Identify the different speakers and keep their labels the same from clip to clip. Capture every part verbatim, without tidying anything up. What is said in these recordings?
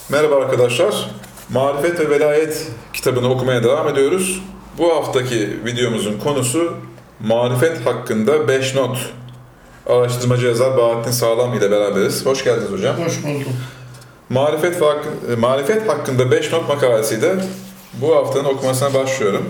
Speaker 1: Merhaba arkadaşlar. Marifet ve Velayet kitabını okumaya devam ediyoruz. Bu haftaki videomuzun konusu marifet hakkında beş not. Araştırmacı yazar Bahattin Sağlam ile beraberiz. Hoş geldiniz hocam.
Speaker 2: Hoş bulduk.
Speaker 1: Marifet, marifet hakkında beş not makalesiyle bu haftanın okumasına başlıyorum.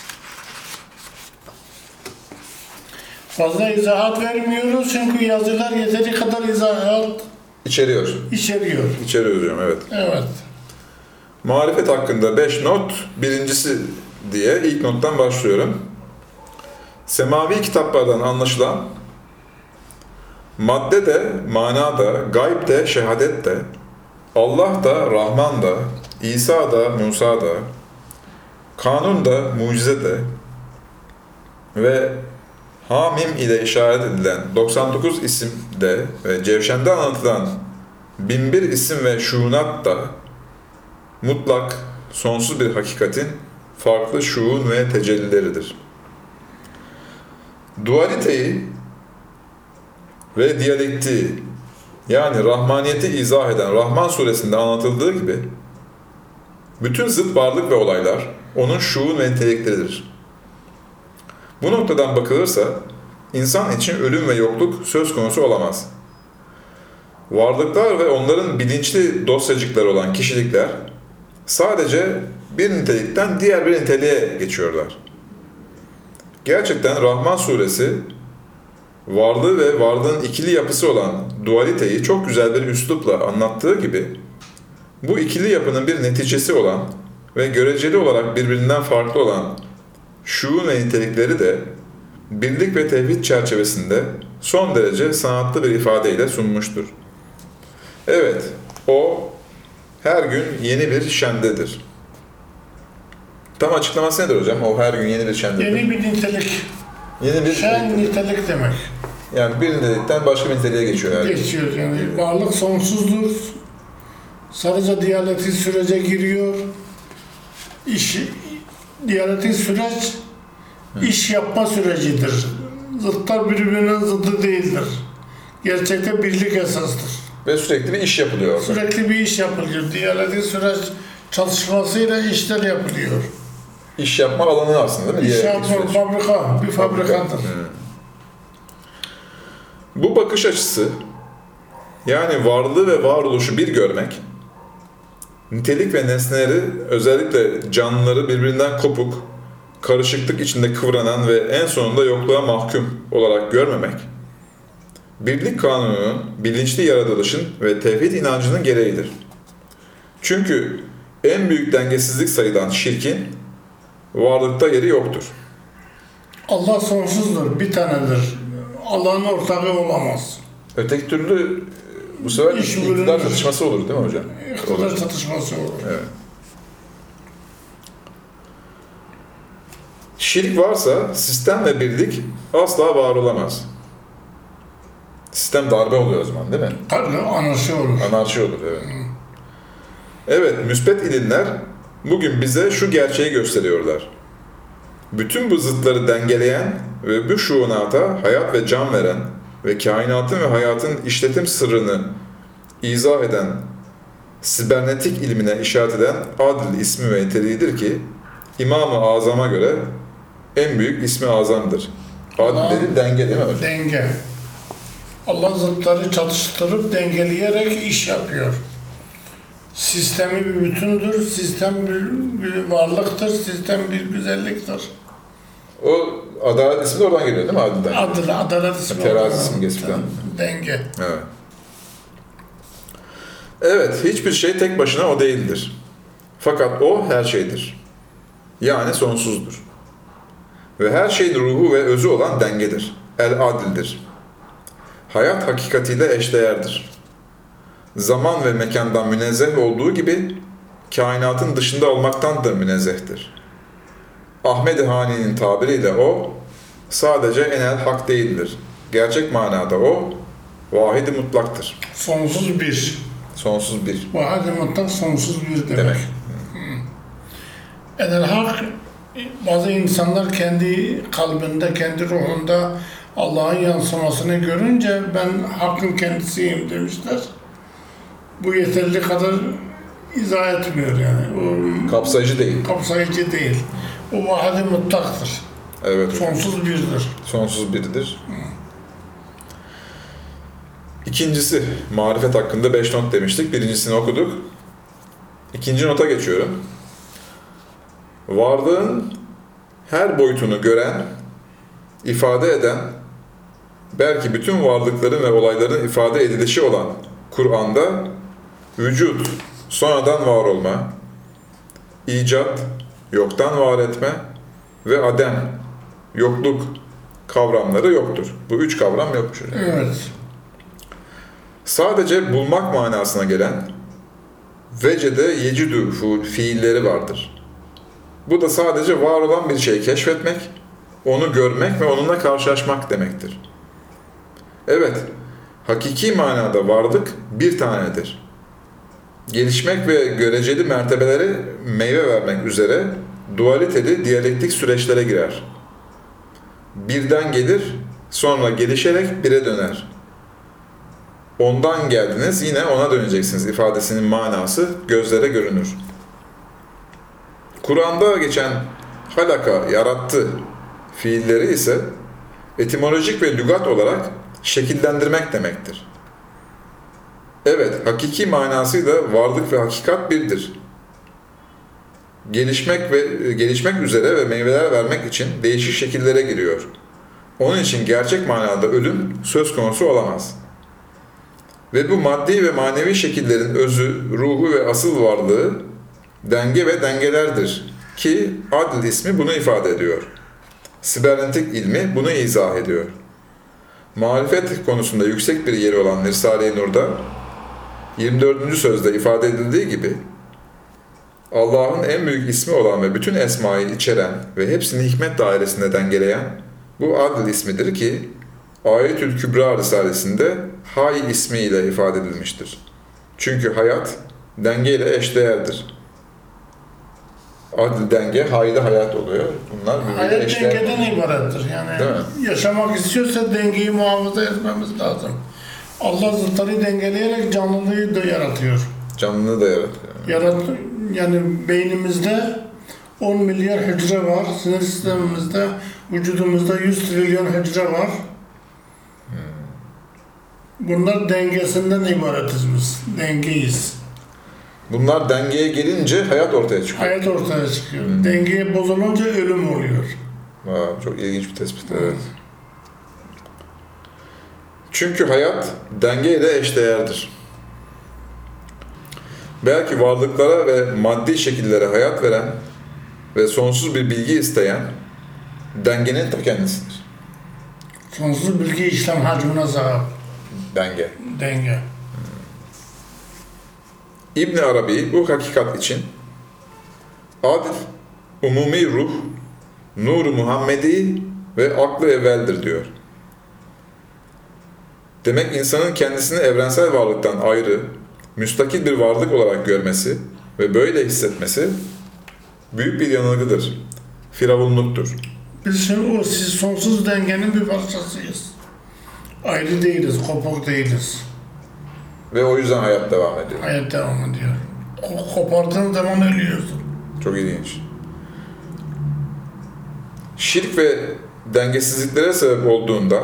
Speaker 2: Fazla izahat vermiyoruz çünkü yazılar yeteri kadar izahat
Speaker 1: İçeriyor.
Speaker 2: içeriyor.
Speaker 1: İçeriyor hocam, evet.
Speaker 2: Evet.
Speaker 1: Marifet hakkında beş not. Birincisi diye ilk nottan başlıyorum. Semavi kitaplardan anlaşılan madde de, mana da, gayb de, şehadet de, Allah da, Rahman da, İsa da, Musa da, kanun da, mucize de ve Hamim ile işaret edilen doksan dokuz isimde ve Cevşen'de anlatılan bin bir isim ve şuunat da mutlak, sonsuz bir hakikatin farklı şuun ve tecellileridir. Dualiteyi ve diyalektiği, yani Rahmaniyeti izah eden Rahman suresinde anlatıldığı gibi bütün zıt varlık ve olaylar onun şuun ve nitelikleridir. Bu noktadan bakılırsa insan için ölüm ve yokluk söz konusu olamaz. Varlıklar ve onların bilinçli dosyacıkları olan kişilikler sadece bir nitelikten diğer bir niteliğe geçiyorlar. Gerçekten Rahman suresi varlığı ve varlığın ikili yapısı olan dualiteyi çok güzel bir üslupla anlattığı gibi bu ikili yapının bir neticesi olan ve göreceli olarak birbirinden farklı olan şuun ve nitelikleri de birlik ve tevhid çerçevesinde son derece sanatlı bir ifadeyle sunmuştur. Evet, o her gün yeni bir şendedir. Tam açıklaması nedir hocam? O her gün yeni bir şendedir.
Speaker 2: Yeni bir nitelik.
Speaker 1: Yeni bir
Speaker 2: Şen nitelik demek.
Speaker 1: Yani bir nitelikten başka bir niteliğe geçiyor her gün.
Speaker 2: Geçiyor yani. Varlık sonsuzdur. Sadece diyalektik sürece giriyor. İş, diyalektik süreç iş yapma sürecidir. Zıtlar birbirinin zıddı değildir. Gerçekte birlik esastır.
Speaker 1: Ve sürekli bir iş yapılıyor orada.
Speaker 2: Sürekli bir iş yapılıyor. Diyalektik süreç çalışmasıyla işler yapılıyor.
Speaker 1: İş yapma alanı aslında değil mi?
Speaker 2: İş
Speaker 1: Diyalektik
Speaker 2: yapma,
Speaker 1: süreç.
Speaker 2: fabrika, bir fabrikadır.
Speaker 1: Hmm. Bu bakış açısı, yani varlığı ve varoluşu bir görmek, nitelik ve nesneleri, özellikle canlıları birbirinden kopuk, karışıklık içinde kıvranan ve en sonunda yokluğa mahkum olarak görmemek, birlik kanununun, bilinçli yaratılışın ve tevhid inancının gereğidir. Çünkü en büyük dengesizlik sayılan şirkin varlıkta yeri yoktur.
Speaker 2: Allah sonsuzdur, bir tanedir. Allah'ın ortağı olamaz.
Speaker 1: Öteki türlü bu sefer
Speaker 2: İş
Speaker 1: iktidar
Speaker 2: bölünür.
Speaker 1: çatışması olur değil mi hocam?
Speaker 2: İktidar
Speaker 1: Olur.
Speaker 2: çatışması olur.
Speaker 1: Evet. Şirk varsa sistem ve birlik asla var olamaz. Sistem darbe oluyor o zaman değil mi?
Speaker 2: Tabii anarşi olur.
Speaker 1: Anarşi olur, evet. Evet, müspet ilimler bugün bize şu gerçeği gösteriyorlar. Bütün bu zıtları dengeleyen ve bu şuunata hayat ve can veren ve kainatın ve hayatın işletim sırrını izah eden sibernetik ilmine işaret eden Adil ismi ve niteliğidir ki İmam-ı Azam'a göre en büyük ismi azamdır. Adil dedi denge değil mi hocam?
Speaker 2: Denge. Allah zıtları çatıştırıp dengeleyerek iş yapıyor. Sistemi bir bütündür, sistem bir, bir varlıktır, sistem bir güzelliktir.
Speaker 1: O adalet ismi de oradan geliyor değil mi? Adil'den.
Speaker 2: Adil, adalet ismi.
Speaker 1: Terazi ismi geçmeden.
Speaker 2: Denge.
Speaker 1: Evet. Evet, hiçbir şey tek başına o değildir. Fakat o her şeydir. Yani sonsuzdur. Ve her şeyin ruhu ve özü olan dengedir. El-adildir. Hayat hakikatiyle eşdeğerdir. Zaman ve mekandan münezzeh olduğu gibi kainatın dışında olmaktan da münezzehtir. Ahmed-i Hani'nin tabiriyle o sadece enel hak değildir. Gerçek manada o vahid-i mutlaktır.
Speaker 2: Sonsuz bir.
Speaker 1: Sonsuz bir.
Speaker 2: Vahid-i mutlak sonsuz bir demek.
Speaker 1: Demek.
Speaker 2: Enel hak, bazı insanlar kendi kalbinde, kendi ruhunda Allah'ın yansımasını görünce ben hakkın kendisiyim demişler. Bu yeterli kadar izah etmiyor yani. O
Speaker 1: Kapsayıcı değil.
Speaker 2: kapsayıcı değil. O vahid-i mutlaktır.
Speaker 1: Evet.
Speaker 2: Sonsuz birdir.
Speaker 1: Sonsuz biridir. İkincisi, marifet hakkında beş not demiştik. Birincisini okuduk. İkinci nota geçiyorum. Varlığın her boyutunu gören, ifade eden, belki bütün varlıkların ve olayların ifade edilişi olan Kur'an'da vücut, sonradan var olma, icat, yoktan var etme ve adem, yokluk kavramları yoktur. Bu üç kavram yokmuş hocam.
Speaker 2: Evet.
Speaker 1: Sadece bulmak manasına gelen vecede yecidü fiilleri vardır. Bu da sadece var olan bir şeyi keşfetmek, onu görmek ve onunla karşılaşmak demektir. Evet, hakiki manada varlık bir tanedir. Gelişmek ve göreceli mertebeleri meyve vermek üzere dualiteli diyalektik süreçlere girer. Birden gelir, sonra gelişerek bire döner. Ondan geldiniz, yine ona döneceksiniz ifadesinin manası gözlere görünür. Kur'an'da geçen halaka, yarattı fiilleri ise etimolojik ve lügat olarak şekillendirmek demektir. Evet, hakiki manasıyla varlık ve hakikat birdir. Gelişmek ve gelişmek üzere ve meyveler vermek için değişik şekillere giriyor. Onun için gerçek manada ölüm söz konusu olamaz. Ve bu maddi ve manevi şekillerin özü, ruhu ve asıl varlığı denge ve dengelerdir ki adl ismi bunu ifade ediyor. Sibernetik ilmi bunu izah ediyor. Marifet konusunda yüksek bir yeri olan Risale-i Nur'da yirmi dördüncü sözde ifade edildiği gibi Allah'ın en büyük ismi olan ve bütün esmayı içeren ve hepsini hikmet dairesinde dengeleyen bu adl ismidir ki Ayetül Kübra Risalesi'nde hay ismiyle ifade edilmiştir. Çünkü hayat dengeyle eşdeğerdir. Adil denge, hayli hayat oluyor. Bunlar
Speaker 2: Hayat
Speaker 1: eşdeğer.
Speaker 2: dengeden ibarettir. Yani yaşamak istiyorsa dengeyi muhafaza etmemiz lazım. Allah zıtları dengeleyerek canlılığı da yaratıyor.
Speaker 1: Canlılığı da yaratıyor.
Speaker 2: Yarat, yani beynimizde on milyar hücre var. Sinir sistemimizde, vücudumuzda yüz trilyon hücre var. Bunlar dengesinden ibaretiz biz. Dengeyiz.
Speaker 1: Bunlar dengeye gelince hayat ortaya çıkıyor.
Speaker 2: Hayat ortaya çıkıyor. Hmm. Dengeye bozulunca ölüm oluyor.
Speaker 1: Aa, çok ilginç bir tespit, evet. Çünkü hayat dengeyle eşdeğerdir. Belki varlıklara ve maddi şekillere hayat veren ve sonsuz bir bilgi isteyen dengenin ta kendisidir.
Speaker 2: Sonsuz bilgi işlem hacmine sahip.
Speaker 1: Denge.
Speaker 2: Denge.
Speaker 1: İbn Arabi bu hakikat için adil, umumi ruh, nur-u Muhammedi ve aklı evveldir diyor. Demek insanın kendisini evrensel varlıktan ayrı, müstakil bir varlık olarak görmesi ve böyle hissetmesi büyük bir yanılgıdır. Firavunluktur.
Speaker 2: Biz şimdi o siz sonsuz dengenin bir parçasıyız. Ayrı değiliz, kopuk değiliz.
Speaker 1: Ve o yüzden hayat devam ediyor.
Speaker 2: Hayat devam ediyor. Ko- Kopardığın zaman ölüyorsun.
Speaker 1: Çok ilginç. Şirk ve dengesizliklere sebep olduğunda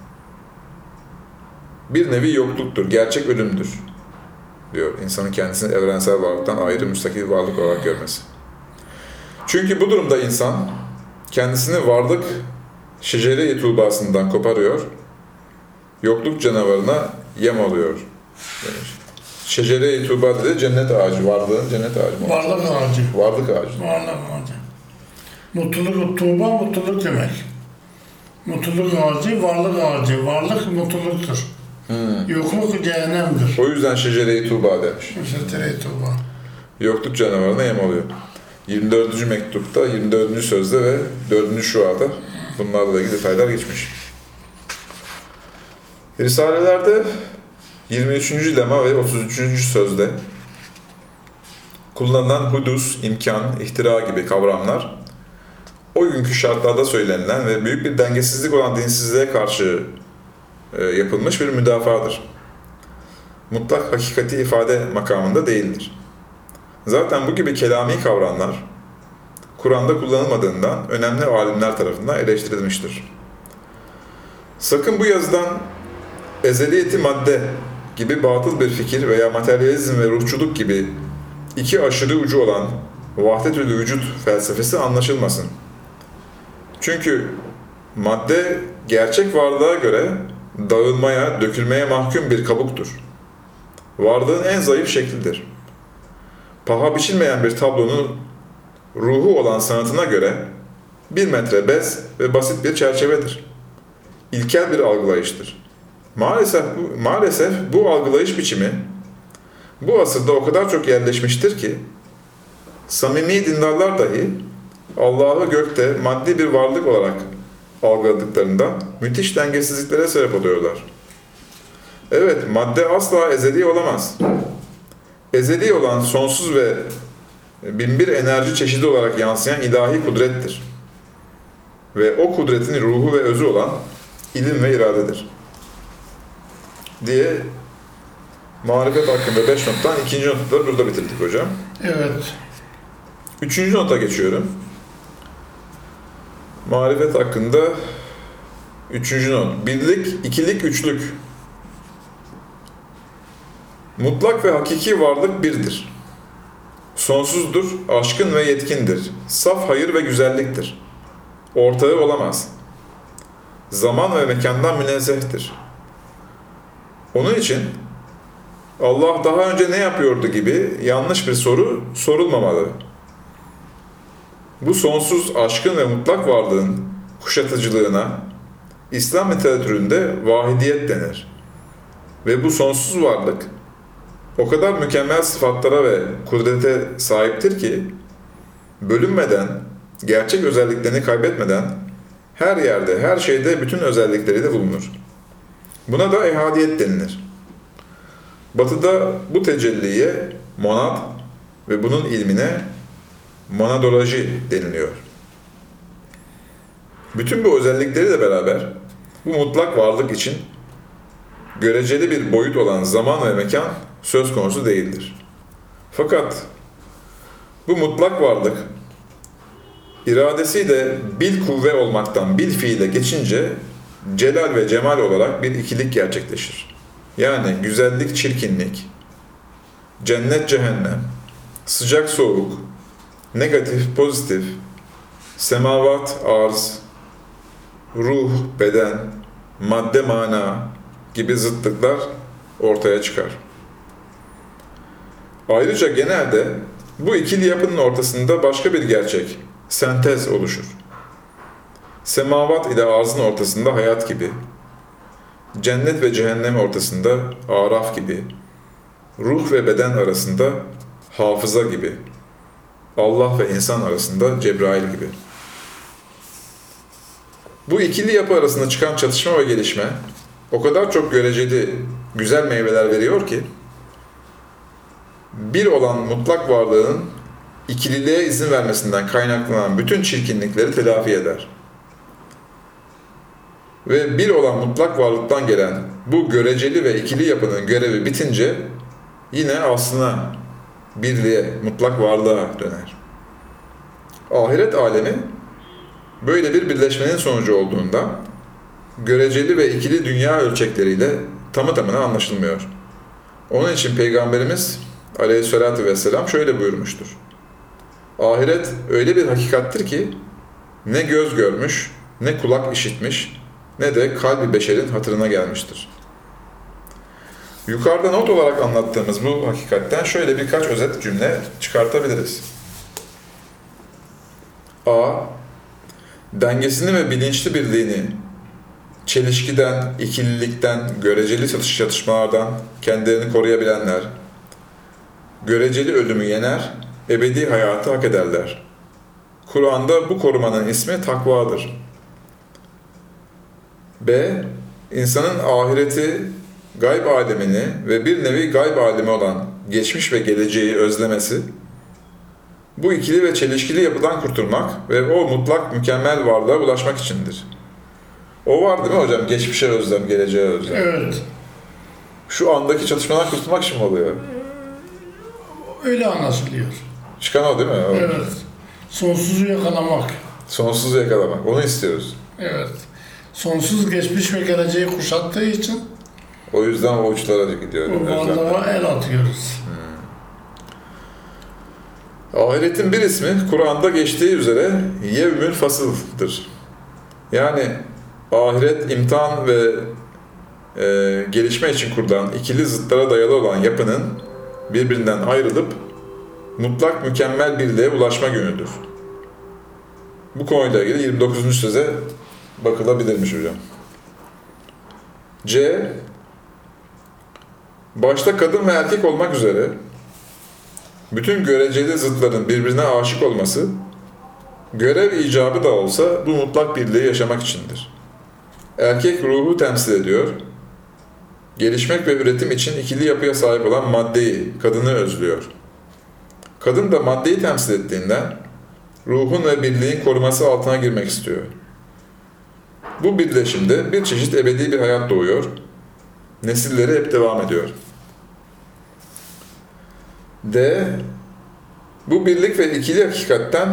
Speaker 1: bir nevi yokluktur, gerçek ölümdür diyor. İnsanın kendisini evrensel varlıktan ayrı müstakil varlık olarak görmesi. Çünkü bu durumda insan kendisini varlık şecere-i tuğbasından koparıyor, yokluk canavarına yem oluyor. Şecere-i tuğba dedi, cennet ağacı, varlığın cennet ağacı.
Speaker 2: Varlık ağacı.
Speaker 1: Varlık ağacı.
Speaker 2: Varlık ağacı. Mutluluk, tuğba mutluluk demek. Mutluluk ağacı, varlık ağacı. Varlık mutluluktur. Hmm. Yokluk cehennemdir.
Speaker 1: O yüzden şecere-i tuğba demiş.
Speaker 2: Şecere-i tuğba.
Speaker 1: Yokluk canavarına yem oluyor. yirmi dördüncü mektupta, yirmi dördüncü sözde ve dördüncü şuada bunlarla ilgili detaylar geçmiş. Risalelerde yirmi üçüncü lema ve otuz üçüncü sözde kullanılan hudus, imkan, ihtira gibi kavramlar o günkü şartlarda söylenilen ve büyük bir dengesizlik olan dinsizliğe karşı e, yapılmış bir müdafadır. Mutlak hakikati ifade makamında değildir. Zaten bu gibi kelami kavramlar Kur'an'da kullanılmadığından önemli alimler tarafından eleştirilmiştir. Sakın bu yazıdan ezeliyeti madde gibi batıl bir fikir veya materyalizm ve ruhçuluk gibi iki aşırı ucu olan vahdetül vücut felsefesi anlaşılmasın. Çünkü madde gerçek varlığa göre dağılmaya, dökülmeye mahkum bir kabuktur. Varlığın en zayıf şeklidir. Paha biçilmeyen bir tablonun ruhu olan sanatına göre bir metre bez ve basit bir çerçevedir. İlkel bir algılayıştır. Maalesef bu, maalesef bu algılayış biçimi bu asırda o kadar çok yerleşmiştir ki samimi dindarlar dahi Allah'ı gökte maddi bir varlık olarak algıladıklarında müthiş dengesizliklere sebep oluyorlar. Evet, madde asla ezeli olamaz. Ezeli olan sonsuz ve binbir enerji çeşidi olarak yansıyan ilahi kudrettir. Ve o kudretin ruhu ve özü olan ilim ve iradedir. Diye marifet hakkında beş nottan ikinci notları burada bitirdik hocam.
Speaker 2: Evet.
Speaker 1: Üçüncü nota geçiyorum. Marifet hakkında üçüncü not. Birlik, ikilik, üçlük. Mutlak ve hakiki varlık birdir. Sonsuzdur, aşkın ve yetkindir. Saf hayır ve güzelliktir. Ortağı olamaz. Zaman ve mekandan münezzehtir. Onun için Allah daha önce ne yapıyordu gibi yanlış bir soru sorulmamalı. Bu sonsuz aşkın ve mutlak varlığın kuşatıcılığına İslam literatüründe vahidiyet denir. Ve bu sonsuz varlık o kadar mükemmel sıfatlara ve kudrete sahiptir ki bölünmeden, gerçek özelliklerini kaybetmeden her yerde, her şeyde bütün özellikleriyle bulunur. Buna da ehadiyet denilir. Batı'da bu tecelliye monad ve bunun ilmine monadoloji deniliyor. Bütün bu özellikleriyle beraber bu mutlak varlık için göreceli bir boyut olan zaman ve mekan söz konusu değildir. Fakat bu mutlak varlık iradesiyle bil kuvve olmaktan bil fiile geçince celal ve cemal olarak bir ikilik gerçekleşir. Yani güzellik, çirkinlik, cennet, cehennem, sıcak, soğuk, negatif, pozitif, semavat, arz, ruh, beden, madde, mana gibi zıtlıklar ortaya çıkar. Ayrıca genelde bu ikili yapının ortasında başka bir gerçek, sentez oluşur. Semavat ile arzın ortasında hayat gibi, cennet ve cehennem ortasında araf gibi, ruh ve beden arasında hafıza gibi, Allah ve insan arasında Cebrail gibi. Bu ikili yapı arasında çıkan çatışma ve gelişme o kadar çok göreceli, güzel meyveler veriyor ki, bir olan mutlak varlığın ikililiğe izin vermesinden kaynaklanan bütün çirkinlikleri telafi eder. Ve bir olan mutlak varlıktan gelen bu göreceli ve ikili yapının görevi bitince yine aslına, birliğe, mutlak varlığa döner. Ahiret alemi böyle bir birleşmenin sonucu olduğunda göreceli ve ikili dünya ölçekleriyle tamı tamına anlaşılmıyor. Onun için Peygamberimiz Aleyhisselatü Vesselam şöyle buyurmuştur. Ahiret öyle bir hakikattir ki ne göz görmüş, ne kulak işitmiş, ne de kalbi beşerin hatırına gelmiştir. Yukarıda not olarak anlattığımız bu hakikatten şöyle birkaç özet cümle çıkartabiliriz. A. Dengesini ve bilinçli birliğini çelişkiden, ikililikten, göreceli çatış çatışmalardan kendilerini koruyabilenler, göreceli ölümü yener, ebedi hayatı hak ederler. Kur'an'da bu korumanın ismi takvadır. B. İnsanın ahireti, gayb alemini ve bir nevi gayb alemi olan geçmiş ve geleceği özlemesi, bu ikili ve çelişkili yapıdan kurtulmak ve o mutlak mükemmel varlığa ulaşmak içindir. O var değil mi hocam? Geçmişe özlem, geleceğe özlem.
Speaker 2: Evet.
Speaker 1: Şu andaki çatışmadan kurtulmak için mi oluyor?
Speaker 2: öyle anlaşılıyor.
Speaker 1: Çıkan o değil mi? O.
Speaker 2: Evet. Sonsuzu yakalamak.
Speaker 1: Sonsuzu yakalamak. Onu istiyoruz.
Speaker 2: Evet. Sonsuz geçmiş ve geleceği kuşattığı için
Speaker 1: O yüzden o uçlara gidiyor.
Speaker 2: bu varlığa el atıyoruz.
Speaker 1: Ahiretin bir ismi Kur'an'da geçtiği üzere yevmül fasıldır. Yani ahiret imtihan ve e, gelişme için kurulan ikili zıtlara dayalı olan yapının birbirinden ayrılıp mutlak mükemmel birliğe ulaşma günüdür. Bu konuyla ilgili yirmi dokuzuncu söze bakılabilirmiş hocam. C. Başta kadın ve erkek olmak üzere bütün göreceli zıtların birbirine aşık olması, görev icabı da olsa bu mutlak birliği yaşamak içindir. Erkek ruhu temsil ediyor, gelişmek ve üretim için ikili yapıya sahip olan maddeyi, kadını özlüyor. Kadın da maddeyi temsil ettiğinden ruhun ve birliğin koruması altına girmek istiyor. Bu birleşimde bir çeşit ebedi bir hayat doğuyor, nesilleri hep devam ediyor. D. Bu birlik ve ikili hakikatten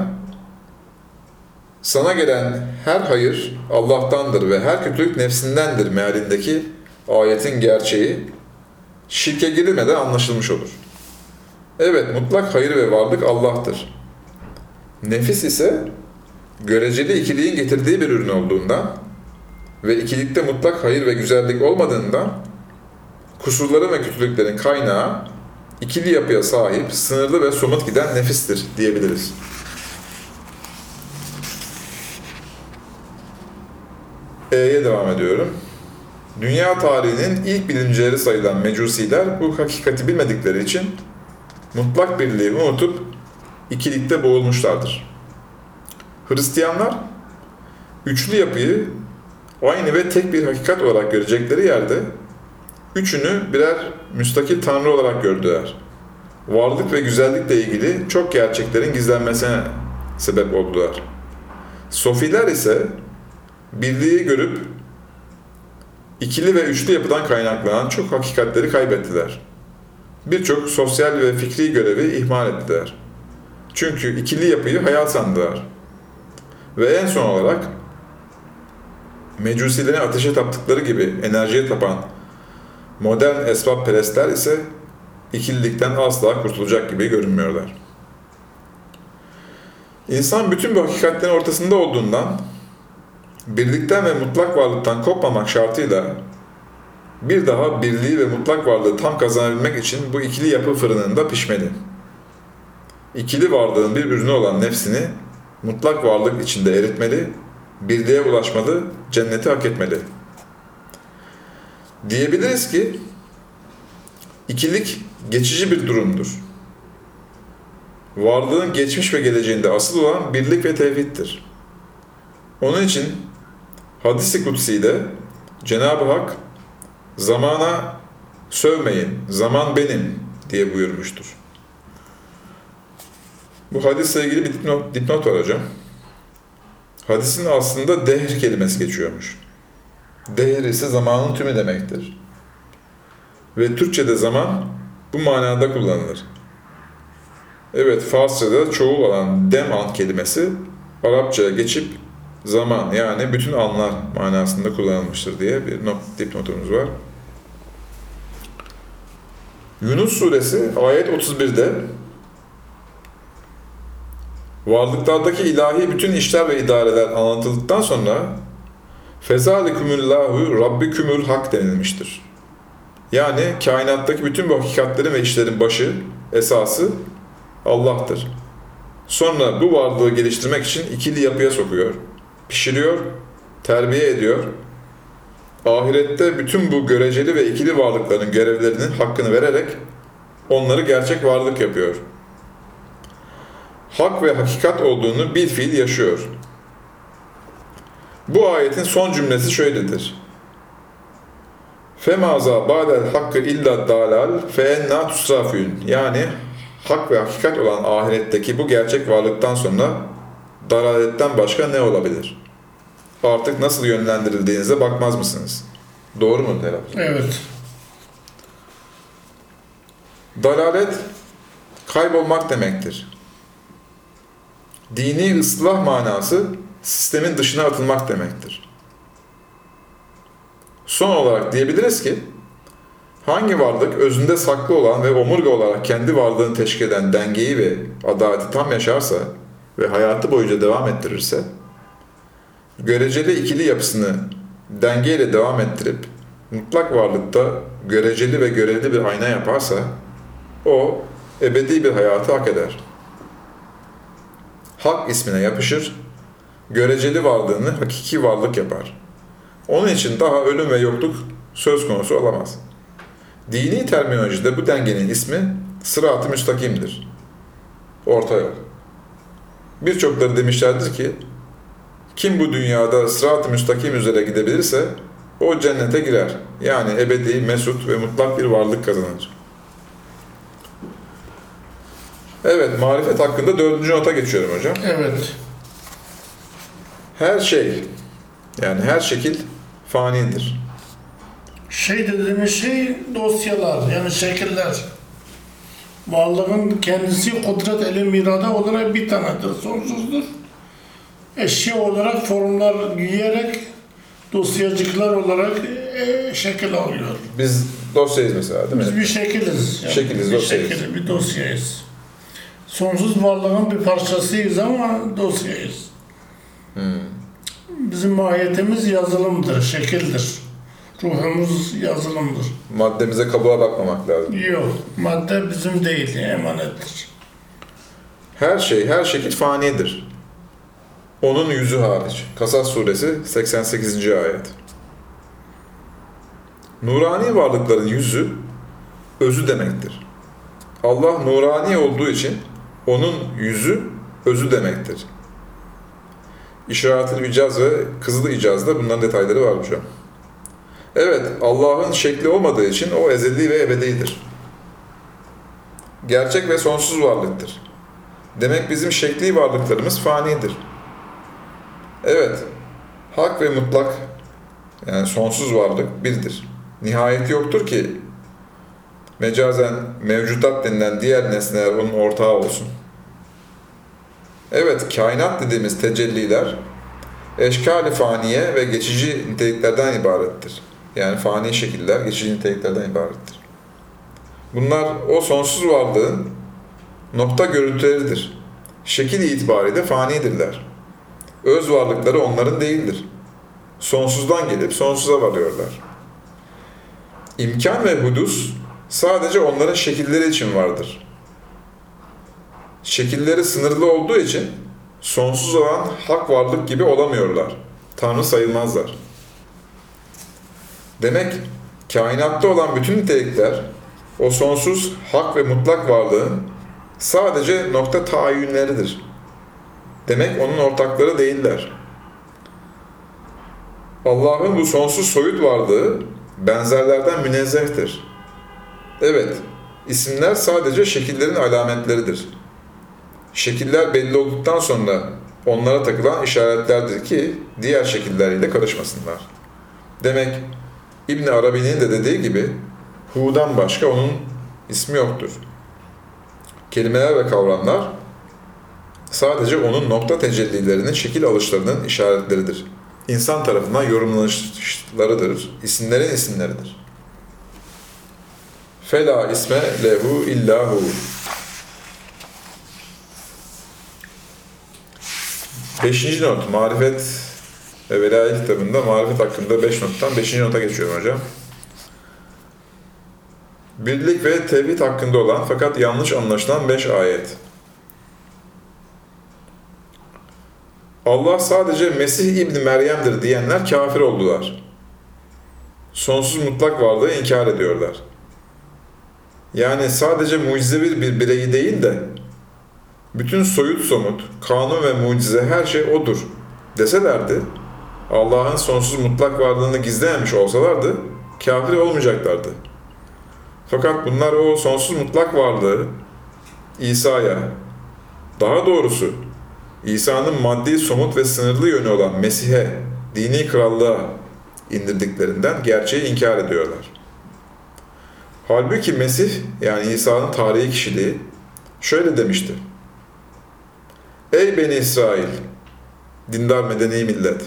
Speaker 1: sana gelen her hayır Allah'tandır ve her kötülük nefsindendir mealindeki ayetin gerçeği şirke girilmeden anlaşılmış olur. Evet, mutlak hayır ve varlık Allah'tır. Nefis ise göreceli ikiliğin getirdiği bir ürün olduğundan ve ikilikte mutlak hayır ve güzellik olmadığından kusurların ve kötülüklerin kaynağı ikili yapıya sahip, sınırlı ve somut giden nefistir diyebiliriz. E'ye devam ediyorum. Dünya tarihinin ilk bilimcileri sayılan mecusiler bu hakikati bilmedikleri için mutlak birliği unutup ikilikte boğulmuşlardır. Hristiyanlar üçlü yapıyı aynı ve tek bir hakikat olarak görecekleri yerde üçünü birer müstakil tanrı olarak gördüler. Varlık ve güzellikle ilgili çok gerçeklerin gizlenmesine sebep oldular. Sofiler ise birliği görüp ikili ve üçlü yapıdan kaynaklanan çok hakikatleri kaybettiler. Birçok sosyal ve fikri görevi ihmal ettiler. Çünkü ikili yapıyı hayal sandılar. Ve en son olarak mecusilerin ateşe taptıkları gibi enerjiye tapan modern esbabperestler ise ikililikten asla kurtulacak gibi görünmüyorlar. İnsan bütün bu hakikatlerin ortasında olduğundan birlikten ve mutlak varlıktan kopmamak şartıyla bir daha birliği ve mutlak varlığı tam kazanabilmek için bu ikili yapı fırınında pişmeli. İkili varlığın bir ürünü olan nefsini mutlak varlık içinde eritmeli, birliğe ulaşmalı, cenneti hak etmeli. Diyebiliriz ki ikilik geçici bir durumdur. Varlığın geçmiş ve geleceğinde asıl olan birlik ve tevhiddir. Onun için hadis-i kutsi'de Cenab-ı Hak zamana sövmeyin, zaman benim diye buyurmuştur. Bu hadisle ilgili bir dipnot, dipnot var hocam. Hadisin aslında dehr kelimesi geçiyormuş. Dehr ise zamanın tümü demektir. Ve Türkçe'de zaman bu manada kullanılır. Evet, Farsça'da çoğul olan dem-an kelimesi Arapça'ya geçip zaman yani bütün anlar manasında kullanılmıştır diye bir not, dipnotumuz var. Yunus suresi ayet otuz birde varlıklardaki ilahi bütün işler ve idareler anlatıldıktan sonra فَذَٰلِكُمُ Rabbikümül hak denilmiştir. Yani kainattaki bütün bu hakikatlerin ve işlerin başı, esası Allah'tır. Sonra bu varlığı geliştirmek için ikili yapıya sokuyor, pişiriyor, terbiye ediyor. Ahirette bütün bu göreceli ve ikili varlıkların görevlerinin hakkını vererek onları gerçek varlık yapıyor. Hak ve hakikat olduğunu bil fiil yaşıyor. Bu ayetin son cümlesi şöyledir. فَمَازَا بَعْدَ الْحَقِّ اِلَّا الدَّالَالِ فَاَنَّا تُسْرَافُونَ Yani hak ve hakikat olan ahiretteki bu gerçek varlıktan sonra dalaletten başka ne olabilir? Artık nasıl yönlendirildiğinize bakmaz mısınız? Doğru mu telaffuz?
Speaker 2: Evet.
Speaker 1: Dalalet, kaybolmak demektir. Dini ıslah manası sistemin dışına atılmak demektir. Son olarak diyebiliriz ki, hangi varlık özünde saklı olan ve omurga olarak kendi varlığını teşkil eden dengeyi ve adaleti tam yaşarsa ve hayatı boyunca devam ettirirse, göreceli ikili yapısını dengeyle devam ettirip, mutlak varlıkta göreceli ve görevli bir ayna yaparsa, o ebedi bir hayatı hak eder. Hak ismine yapışır, göreceli varlığını hakiki varlık yapar. Onun için daha ölüm ve yokluk söz konusu olamaz. Dini terminolojide bu dengenin ismi sırat-ı müstakimdir. Orta yol. Birçokları demişlerdir ki, kim bu dünyada sırat-ı müstakim üzere gidebilirse o cennete girer. Yani ebedi, mesut ve mutlak bir varlık kazanır. Evet, marifet hakkında dördüncü nota geçiyorum hocam.
Speaker 2: Evet.
Speaker 1: Her şey, yani her şekil fanidir.
Speaker 2: Şey dediğimiz şey dosyalar, yani şekiller. Varlığın kendisi kudret, ilim, irade olarak bir tanedir, sonsuzdur. Eşya olarak formlar giyerek dosyacıklar olarak e, şekil alıyor.
Speaker 1: Biz dosyayız mesela, değil mi?
Speaker 2: Biz bir şekiliz. Yani
Speaker 1: Şekiliz,
Speaker 2: bir
Speaker 1: dosyayız.
Speaker 2: şekil, bir dosyayız. Sonsuz varlığın bir parçasıyız ama dosyayız.
Speaker 1: Hmm.
Speaker 2: Bizim mahiyetimiz yazılımdır, şekildir. Ruhumuz yazılımdır.
Speaker 1: Maddemize kabuğa bakmamak lazım.
Speaker 2: Yok, madde bizim değil, emanettir.
Speaker 1: Her şey, her şekil fanidir. Onun yüzü hariç. Kasas suresi seksen sekizinci ayet. Nurani varlıkların yüzü, özü demektir. Allah nurani olduğu için onun yüzü, özü demektir. İşaret-ül İcaz ve Kızıl İcaz'da bunların detayları var hocam. Evet, Allah'ın şekli olmadığı için o ezeli ve ebedidir. Gerçek ve sonsuz varlıktır. Demek bizim şekli varlıklarımız fanidir. Evet, hak ve mutlak, yani sonsuz varlık birdir. Nihayeti yoktur ki mecazen mevcudat denilen diğer nesneler onun ortağı olsun. Evet, kainat dediğimiz tecelliler eşkal-i faniye ve geçici niteliklerden ibarettir. Yani fani şekiller geçici niteliklerden ibarettir. Bunlar o sonsuz varlığın nokta görüntüleridir. Şekil itibariyle fanidirler. Öz varlıkları onların değildir. Sonsuzdan gelip sonsuza varıyorlar. İmkan ve hudus sadece onların şekilleri için vardır. Şekilleri sınırlı olduğu için sonsuz olan hak varlık gibi olamıyorlar. Tanrı sayılmazlar. Demek kainatta olan bütün nitelikler o sonsuz hak ve mutlak varlığın sadece nokta tahayyünleridir. Demek onun ortakları değiller. Allah'ın bu sonsuz soyut varlığı benzerlerden münezzehtir. Evet, isimler sadece şekillerin alametleridir. Şekiller belli olduktan sonra onlara takılan işaretlerdir ki diğer şekilleriyle karışmasınlar. Demek İbn Arabi'nin de dediği gibi Hu'dan başka onun ismi yoktur. Kelimeler ve kavramlar sadece onun nokta tecellilerinin şekil alışlarının işaretleridir. İnsan tarafından yorumlanışlarıdır. İsimlerin isimleridir. Fela isme lehu illahu. Beşinci not, marifet ve velayet kitabında marifet hakkında beş nottan beşinci nota geçiyorum hocam. Birlik ve tevhid hakkında olan fakat yanlış anlaşılan beş ayet. Allah sadece Mesih İbni Meryem'dir diyenler kafir oldular. Sonsuz mutlak varlığı inkar ediyorlar. Yani sadece mucizevi bir bireyi değil de bütün soyut somut, kanun ve mucize her şey O'dur deselerdi, Allah'ın sonsuz mutlak varlığını gizlememiş olsalardı, kafir olmayacaklardı. Fakat bunlar o sonsuz mutlak varlığı İsa'ya, daha doğrusu İsa'nın maddi, somut ve sınırlı yönü olan Mesih'e, dini krallığa indirdiklerinden gerçeği inkar ediyorlar. Halbuki Mesih, yani İsa'nın tarihi kişiliği, şöyle demişti. Ey Beni İsrail, dindar medeni millet!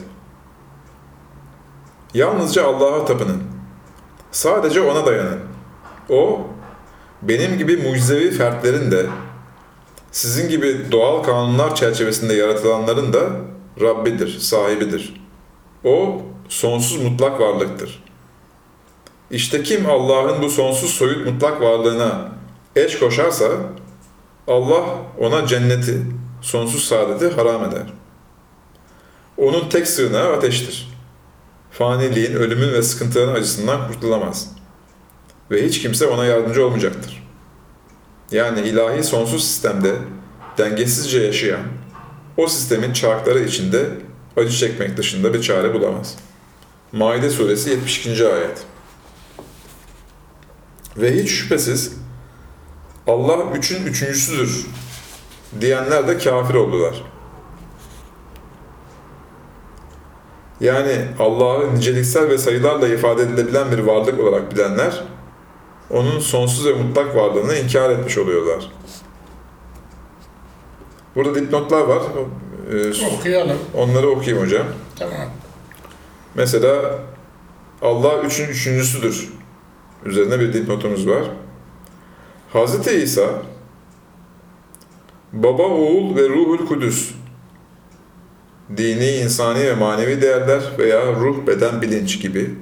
Speaker 1: Yalnızca Allah'a tapının. Sadece O'na dayanın. O, benim gibi mucizevi fertlerin de, sizin gibi doğal kanunlar çerçevesinde yaratılanların da Rabbidir, sahibidir. O, sonsuz mutlak varlıktır. İşte kim Allah'ın bu sonsuz soyut mutlak varlığına eş koşarsa, Allah ona cenneti, sonsuz saadeti haram eder. Onun tek sığınağı ateştir. Faniliğin, ölümün ve sıkıntıların acısından kurtulamaz. Ve hiç kimse ona yardımcı olmayacaktır. Yani ilahi sonsuz sistemde dengesizce yaşayan, o sistemin çarkları içinde acı çekmek dışında bir çare bulamaz. Maide suresi yetmiş ikinci ayet. Ve hiç şüphesiz Allah üçün üçüncüsüdür diyenler de kafir oldular. Yani Allah'ı niceliksel ve sayılarla ifade edilebilen bir varlık olarak bilenler, onun sonsuz ve mutlak varlığını inkar etmiş oluyorlar. Burada dipnotlar var. Ee,
Speaker 2: Okuyalım.
Speaker 1: Onları okuyayım hocam.
Speaker 2: Tamam.
Speaker 1: Mesela Allah üçün üçüncüsüdür. Üzerine bir dipnotumuz var. Hazreti İsa, Baba, Oğul ve Ruhul Kudüs, dini, insani ve manevi değerler veya ruh, beden, bilinç gibi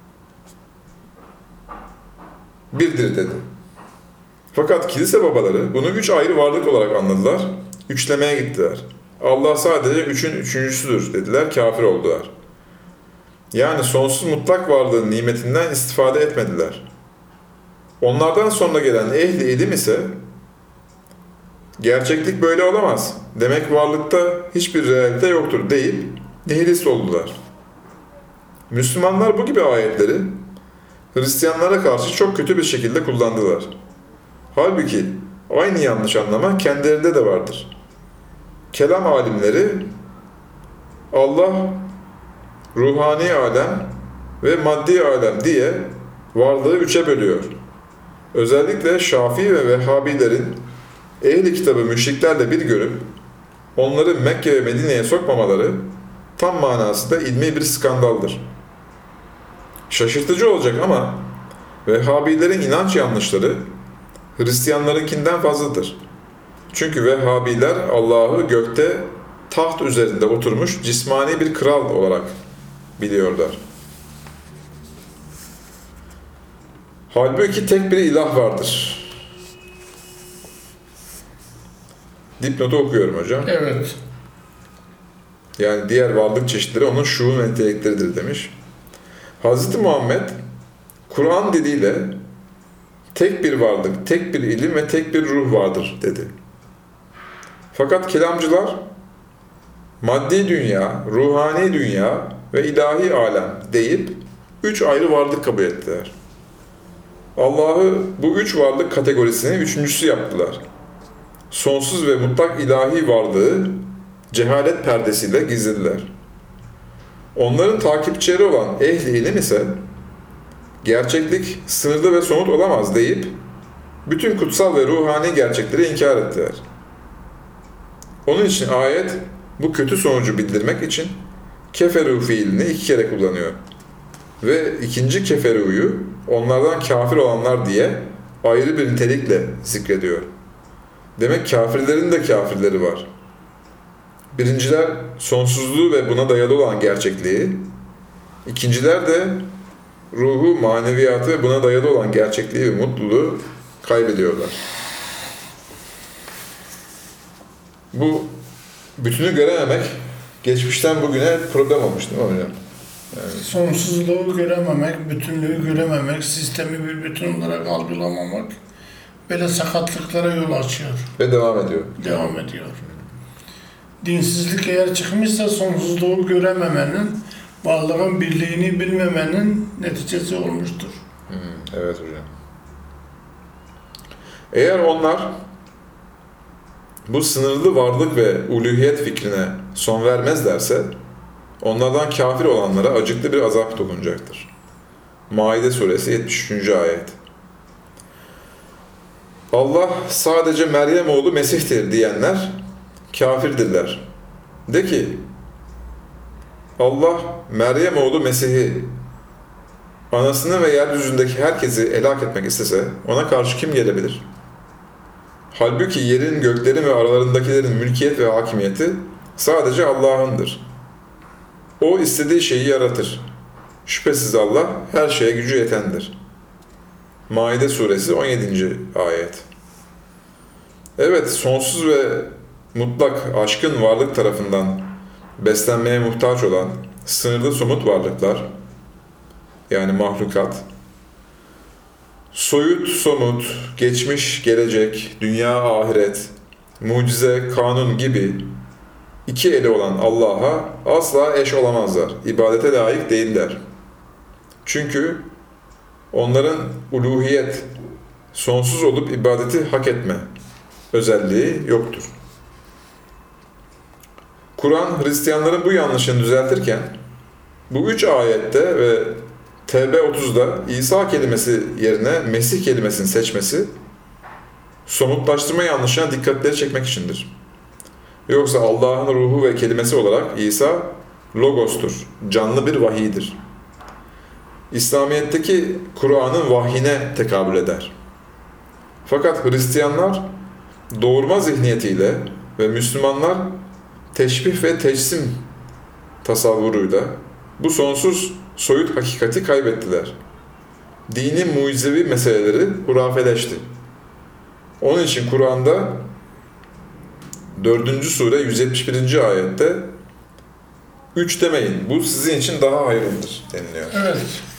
Speaker 1: birdir dedi. Fakat kilise babaları bunu üç ayrı varlık olarak anladılar, üçlemeye gittiler. Allah sadece üçün üçüncüsüdür dediler, kafir oldular. Yani sonsuz mutlak varlığın nimetinden istifade etmediler. Onlardan sonra gelen ehli ilim ise gerçeklik böyle olamaz, demek varlıkta hiçbir realite yoktur deyip nihilist oldular. Müslümanlar bu gibi ayetleri Hristiyanlara karşı çok kötü bir şekilde kullandılar. Halbuki aynı yanlış anlama kendilerinde de vardır. Kelam alimleri Allah ruhani alem ve maddi alem diye varlığı üçe bölüyor. Özellikle Şafii ve Vehhabilerin ehli kitabı müşriklerle bir görüp onları Mekke ve Medine'ye sokmamaları tam manasında ilmi bir skandaldır. Şaşırtıcı olacak ama Vehhabilerin inanç yanlışları Hristiyanlarınkinden fazladır. Çünkü Vehhabiler Allah'ı gökte taht üzerinde oturmuş cismani bir kral olarak biliyorlar. Halbuki tek bir ilah vardır. Dipnotu okuyorum hocam.
Speaker 2: Evet.
Speaker 1: Yani diğer varlık çeşitleri onun şuun ve entelekleridir demiş. Hazreti Muhammed Kur'an diliyle tek bir varlık, tek bir ilim ve tek bir ruh vardır dedi. Fakat kelamcılar maddi dünya, ruhani dünya ve ilahi alem deyip üç ayrı varlık kabul ettiler. Allah'ı bu üç varlık kategorisinin üçüncüsü yaptılar. Sonsuz ve mutlak ilahi varlığı cehalet perdesiyle gizlediler. Onların takipçileri olan ehli ilim ise gerçeklik sınırlı ve somut olamaz deyip bütün kutsal ve ruhani gerçekleri inkar ettiler. Onun için ayet bu kötü sonucu bildirmek için keferu fiilini iki kere kullanıyor. Ve ikinci keferuyu onlardan kafir olanlar diye ayrı bir nitelikle zikrediyor. Demek kafirlerin de kafirleri var. Birinciler sonsuzluğu ve buna dayalı olan gerçekliği, ikinciler de ruhu, maneviyatı ve buna dayalı olan gerçekliği ve mutluluğu kaybediyorlar. Bu bütünü görememek geçmişten bugüne problem olmuş değil mi hocam? Yani
Speaker 2: Sonsuzluğu görememek, bütünlüğü görememek, sistemi bir bütün olarak algılamamak böyle sakatlıklara yol açıyor.
Speaker 1: ve devam ediyor.
Speaker 2: Devam ediyor. Dinsizlik eğer çıkmışsa sonsuzluğu görememenin, varlığın birliğini bilmemenin neticesi olmuştur.
Speaker 1: Hmm, evet hocam. Eğer onlar bu sınırlı varlık ve uluhiyet fikrine son vermezlerse onlardan kafir olanlara acıklı bir azap dokunacaktır. Maide suresi yetmiş üçüncü ayet. Allah sadece Meryem oğlu Mesih'tir diyenler kafirdirler. De ki, Allah Meryem oğlu Mesih'i, anasını ve yeryüzündeki herkesi helak etmek istese ona karşı kim gelebilir? Halbuki yerin, göklerin ve aralarındakilerin mülkiyet ve hakimiyeti sadece Allah'ındır. O istediği şeyi yaratır. Şüphesiz Allah her şeye gücü yetendir. Maide suresi on yedinci ayet. Evet, sonsuz ve mutlak aşkın varlık tarafından beslenmeye muhtaç olan sınırlı somut varlıklar, yani mahlukat, soyut, somut, geçmiş, gelecek, dünya, ahiret, mucize, kanun gibi iki eli olan Allah'a asla eş olamazlar, ibadete layık değiller. Çünkü onların uluhiyet, sonsuz olup ibadeti hak etme özelliği yoktur. Kur'an, Hristiyanların bu yanlışını düzeltirken, bu üç ayette ve Tevbe otuzda İsa kelimesi yerine Mesih kelimesini seçmesi, somutlaştırma yanlışına dikkatleri çekmek içindir. Yoksa Allah'ın ruhu ve kelimesi olarak İsa, Logos'tur, canlı bir vahiydir. İslamiyet'teki Kur'an'ın vahyine tekabül eder. Fakat Hristiyanlar doğurma zihniyetiyle ve Müslümanlar teşbih ve tecsim tasavvuruyla bu sonsuz soyut hakikati kaybettiler. Dini mucizevi meseleleri hurafeleşti. Onun için Kur'an'da dördüncü sure yüz yetmiş birinci ayette üç demeyin, bu sizin için daha hayırlıdır deniliyor.
Speaker 2: Evet.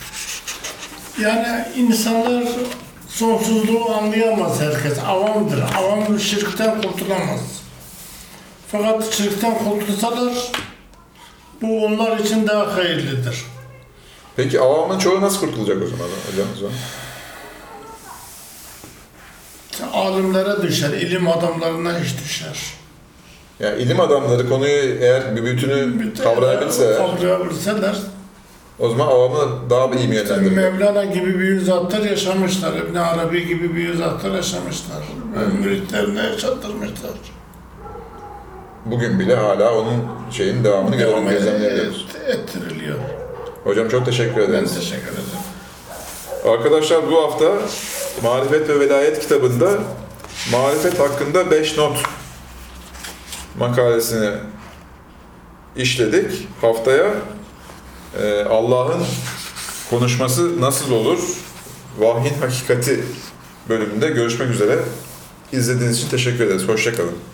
Speaker 2: Yani insanlar sonsuzluğu anlayamaz herkes. Avamdır. Avam şirkten kurtulamaz. Fakat şirkten kurtulsalar bu onlar için daha hayırlıdır.
Speaker 1: Peki avamın çoğu nasıl kurtulacak o zaman hocam? O zaman?
Speaker 2: Alimlere düşer, ilim adamlarına hiç düşer.
Speaker 1: Yani ilim adamları konuyu eğer bir bütünü kavrayabilse,
Speaker 2: kavrayabilseler,
Speaker 1: o zaman avamı daha bir iyi mi yönlendirir?
Speaker 2: Mevlana gibi büyük zatlar yaşamışlar, İbn Arabi gibi büyük zatlar yaşamışlar. Ve müritlerine yaşattırmışlar.
Speaker 1: Bugün bile hala onun şeyin devamını
Speaker 2: Devam
Speaker 1: gözlemleyebiliyoruz.
Speaker 2: ettiriliyor.
Speaker 1: Hocam çok teşekkür
Speaker 2: Ben
Speaker 1: ederiz.
Speaker 2: teşekkür ederim.
Speaker 1: Arkadaşlar bu hafta Marifet ve Velayet kitabında marifet hakkında beş not makalesini işledik. Haftaya e, Allah'ın konuşması nasıl olur? Vahyin hakikati bölümünde görüşmek üzere. İzlediğiniz için teşekkür ederiz. Hoşça kalın.